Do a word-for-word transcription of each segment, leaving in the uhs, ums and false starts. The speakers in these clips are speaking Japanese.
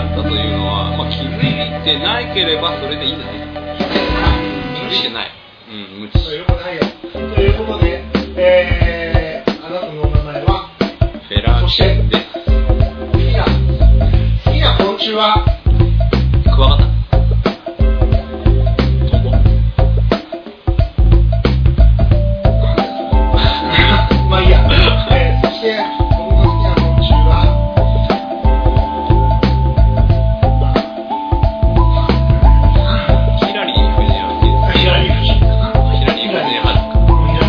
ったというのは、まあ、気づいてないければそれでいいんじゃないか。気づいてない。うん、無知。 そういうことないよ。ということで、えー、あなたのお名前はフェラーケンです。 好きな好きな昆虫はクワガタ。トンボ。 まあいいや。えー、そして僕の好きな昆虫はヒラリー夫人は好きです。 ヒラリー夫人。 ヒラリー夫人は好き。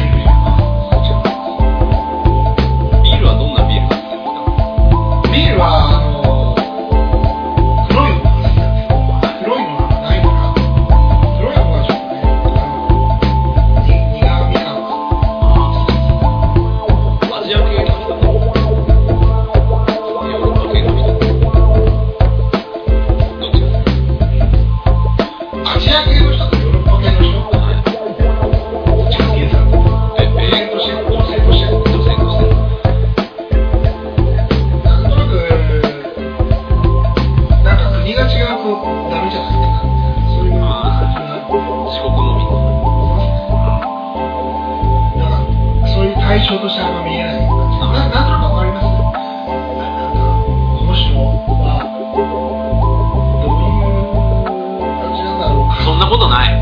ビールはどんなビールが好きですか？ ビールはあの黒いのが好きなんです。黒いのがないから、黒いのがちょっとね、あのに苦味なのが。 アジア系の人とヨーロッパ系の人どっちが好き？ アジア系の人とヨーロッパ系の人、どっちが好きですか？ え、 女性えとして、女性として、 女性として。 なんとなく、なんか国が違うとダメじゃないかな、そういうのが四国のみ。 なんかそういう対象としてあんま見えない感じ。な、なんとなくわかります？なんかこの人はどういう感じなんだろうか。 そんなことない。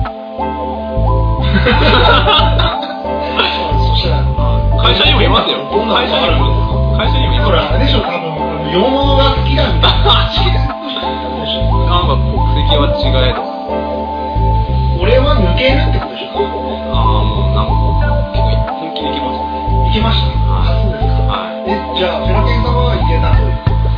そしたら会社にもいますよ。 どんな会社にも会社にもいます。 ほらあれでしょ、多分洋物が好きだみたいな。好きだなんか国籍は違えど。 俺は抜けるってことでしょ。 ああ、もうなんか結構本気で行きましたね。 行きました。あ、そうですか。 はい。 え、じゃあフェラケンさんは行けたという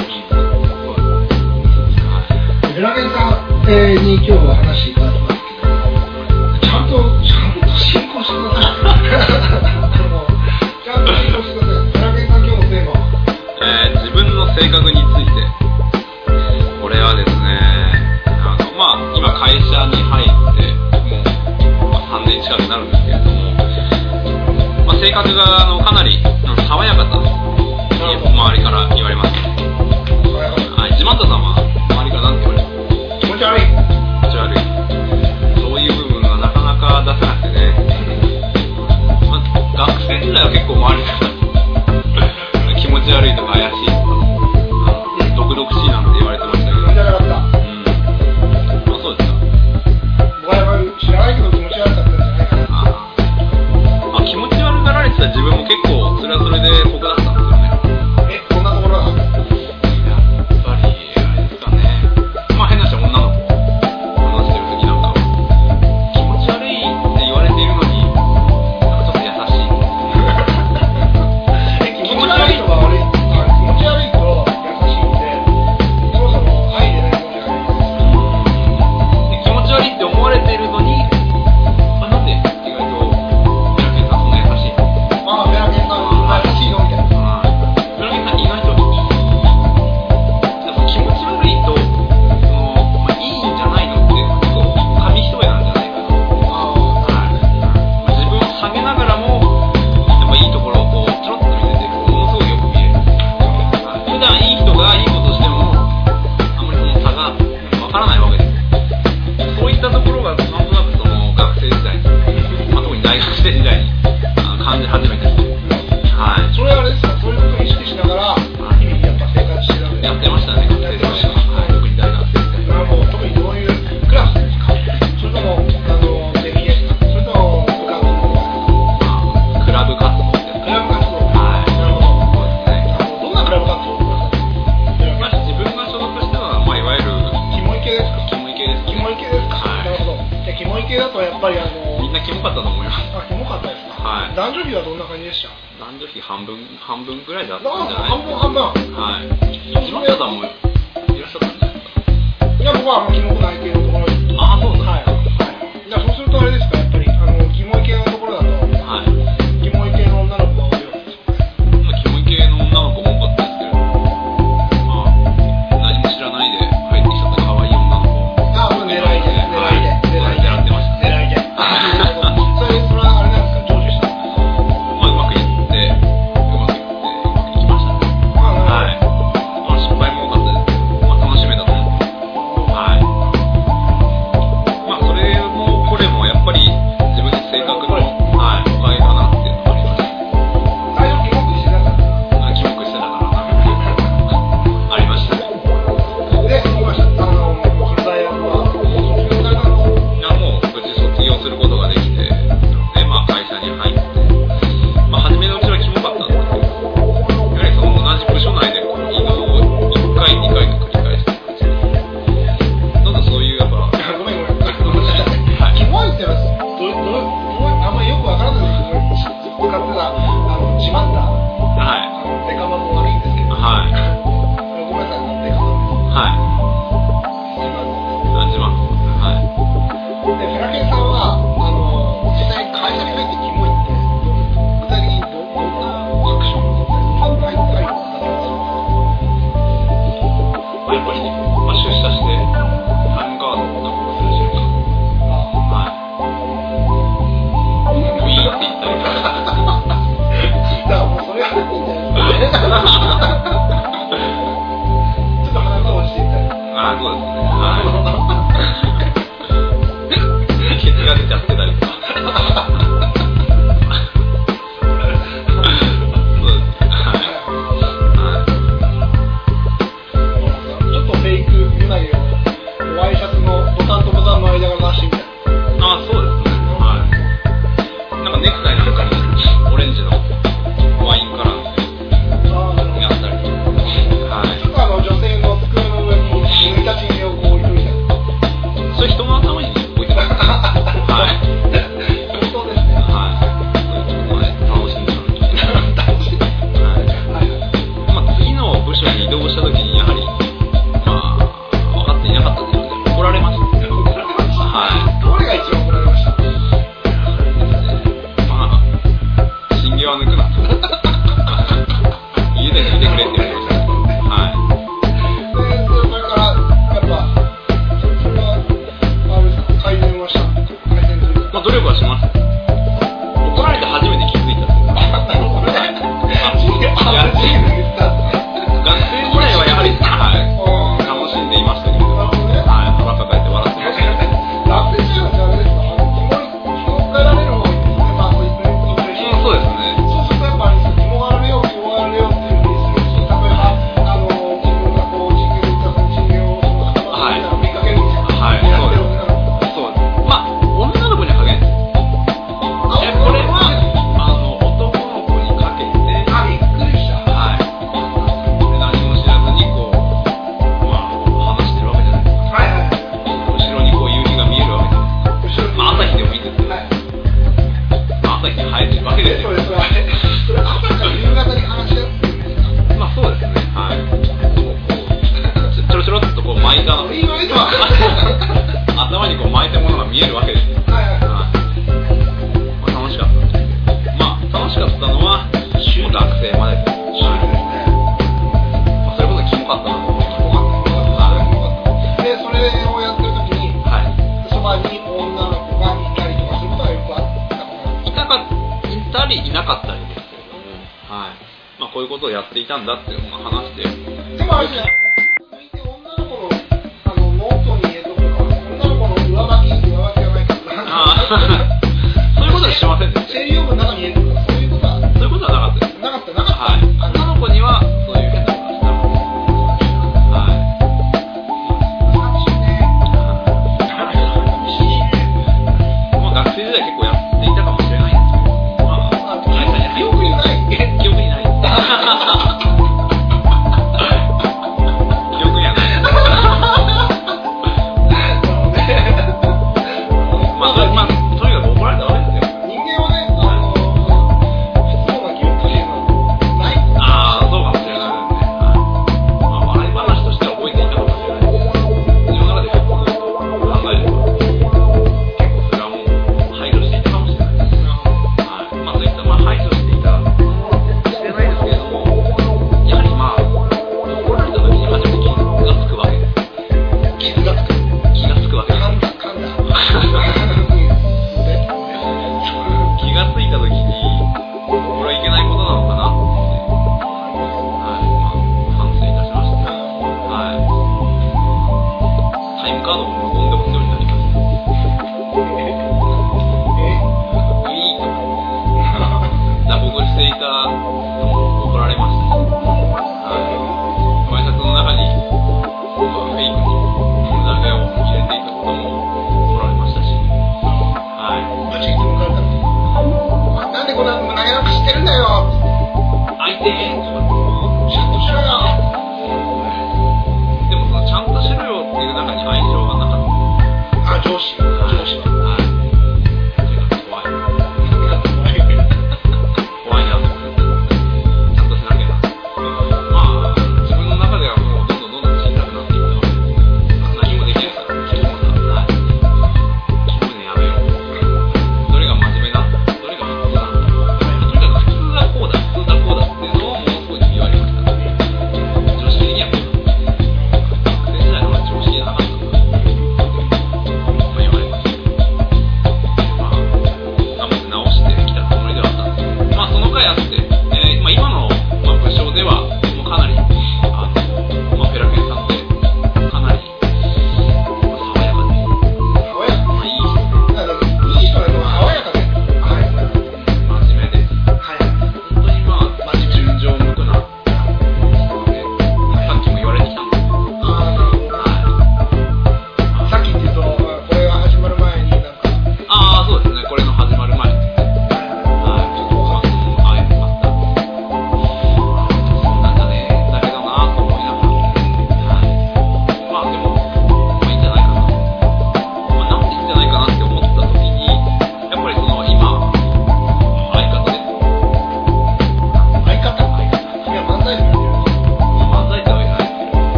ことです。フェラケンさん、えー、に今日は話していただきますけど、ちゃんとちゃんと進行してください。あのちゃんと進行してください。フェラケンさん、今日のテーマはえー、自分の性格について。これはですね、あのまあ今会社に入ってもう、まあ、さんねん近くなるんですけれども、まあ、性格があのかなりあの爽やかさです。周りから言われます。はい、ジマンタさんは周りから何て言われます？ 気持ち悪い。 気持ち悪い。そういう部分がなかなか出せなくてね。まあ、学生時代は結構周りから気持ち悪いとか怪しいとか、あの毒々しいなんて言われてましたけど。 気持ち悪かった。 うん。まあそうですか。 僕はやっぱり知らないけど気持ち悪かったんじゃないかな。 あー、まあ、気持ち悪がられてた自分も結構それはそれで酷だったんですよね。 え、こんなところがやっぱりあれですかね。まあ変な話は女の子話してる時なんかは気持ち悪いって言われているのになんかちょっと優しい。 え、気持ち悪いとか悪い、あ、気持ち悪いと優しいんで、そもそも愛でないものじゃないですか。 で気持ち悪いって思われているのに、あ、なんで意外とベラケンさんそんな優しいの？ ああ、ベラケンさん、優しいのみたいな。 はい。ベラケンさん意外といい。やっぱ気持ち悪いとその、まあ、いいんじゃないのって結構紙一重なんじゃないかな。はい。自分を下げながらもやっぱいいところをこうちょろっと見せてものすごくよく見える。はい、普段いい人がいいことしてもあんまりその差がわからないわけです。そういったところがなんとなくその学生時代に、まあ、特に大学生時代にあの感じ始めてきて、はい、 それはあれですか、そういうことを意識しながら、日々やっぱ生活してたんですか？ やってましたね、学生時代は。はい、特に大学生時代。 なるほど。特にどういうクラスですか？それとも、あの、ゼミですか？それとも、部活ですか？ まあ、クラブ活動ですね。 クラブ活動。 はい。 なるほど。 そうですね。 どんなクラブ活動ですか？ まあ、自分が所属してるのは、まあ、いわゆるキモい系ですか？ キモい系ですね。 キモい系ですか？ はい。 なるほど。じゃあキモい系だとやっぱりあの、 みんなキモかったと思います。 あ、キモかったですか？ はい。 男女比はどんな感じでした？ 男女比半分半分ぐらいだったんじゃない半分半分。 はい。一番方もいらっしゃったんじゃないですか？ いや、僕はあんまキモくない系のところです。 ああ、そうなんはい。はい。じゃあそうするとあれですか、やっぱりあのキモい系のところだと、 はい。 キモい系の女の子が多いわけですか？ まあ、キモい系の女の子も多かったですけれど、まあ、何も知らないで入ってきちゃった可愛い女の子。 ああ、もう狙いで、狙いで、狙いで。 狙ってました。 狙いで。それ、それはあれなんですか、成就したんですか？ まあ、うまくいって、うまくいって、うまくいきましたね。はい。まあ、失敗も多かったですけど、まあ、楽しぱり、まあ、出社してタイムカードを登録する瞬間、はい、ウィーって言ったりとかだからもうそれはないんじゃないですかねちょっと鼻が落ちていったりああそうですねはいケツが出ちゃってたりとかはい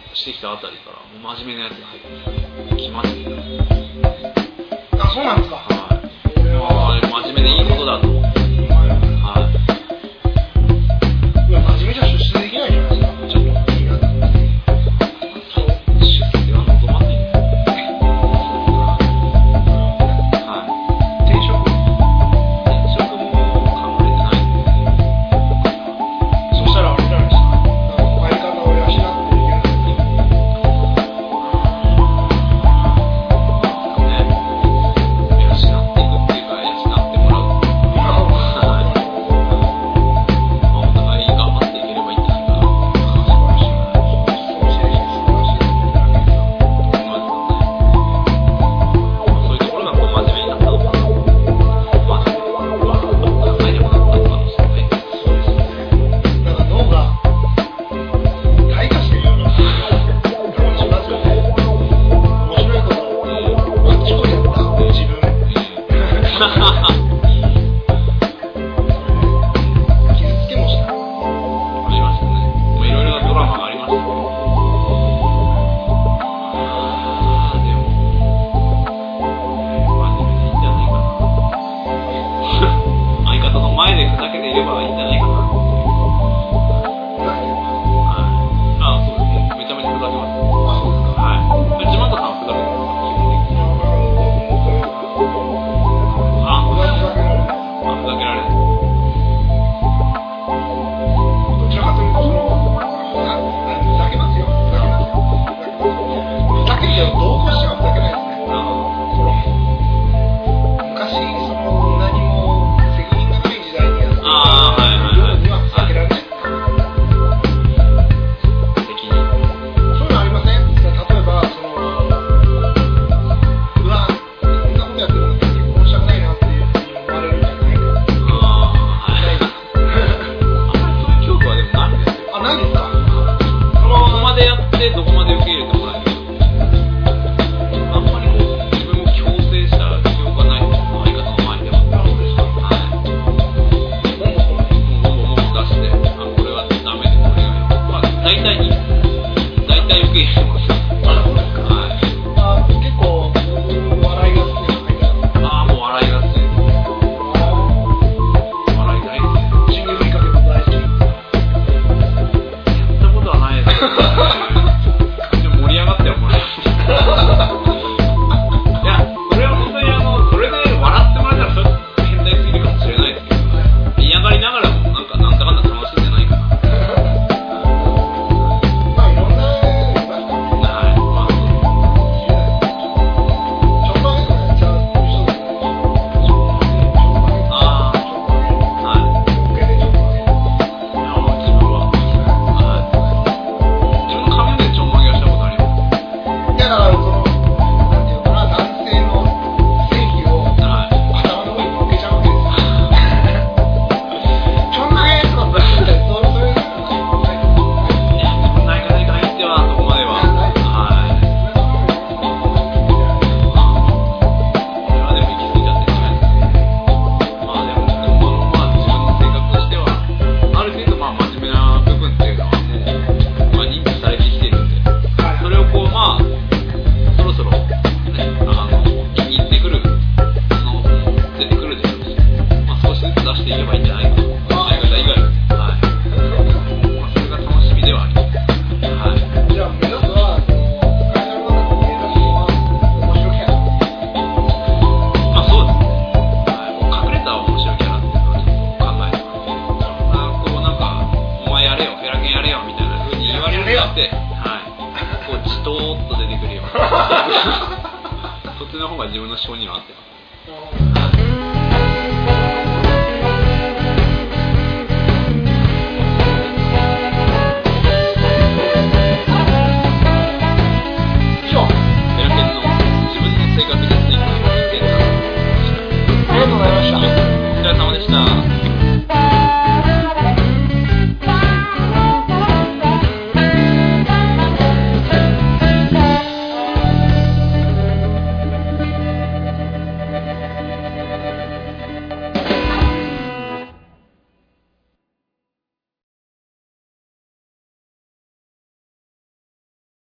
してきたあたりからもう真面目なやつが入ってきましたね。 あ、そうなんですか。 はい。まあ真面目でいいことだと。はい。 いや真面目じゃ出世できないじゃないですか。ちょっと気になった。 そう出世は望まないんですよ。はい。 転職転職も考えてないんで。 そしたらあれじゃないですか。あの相方を養っていけない。 そっちの方が自分の性には合ってます。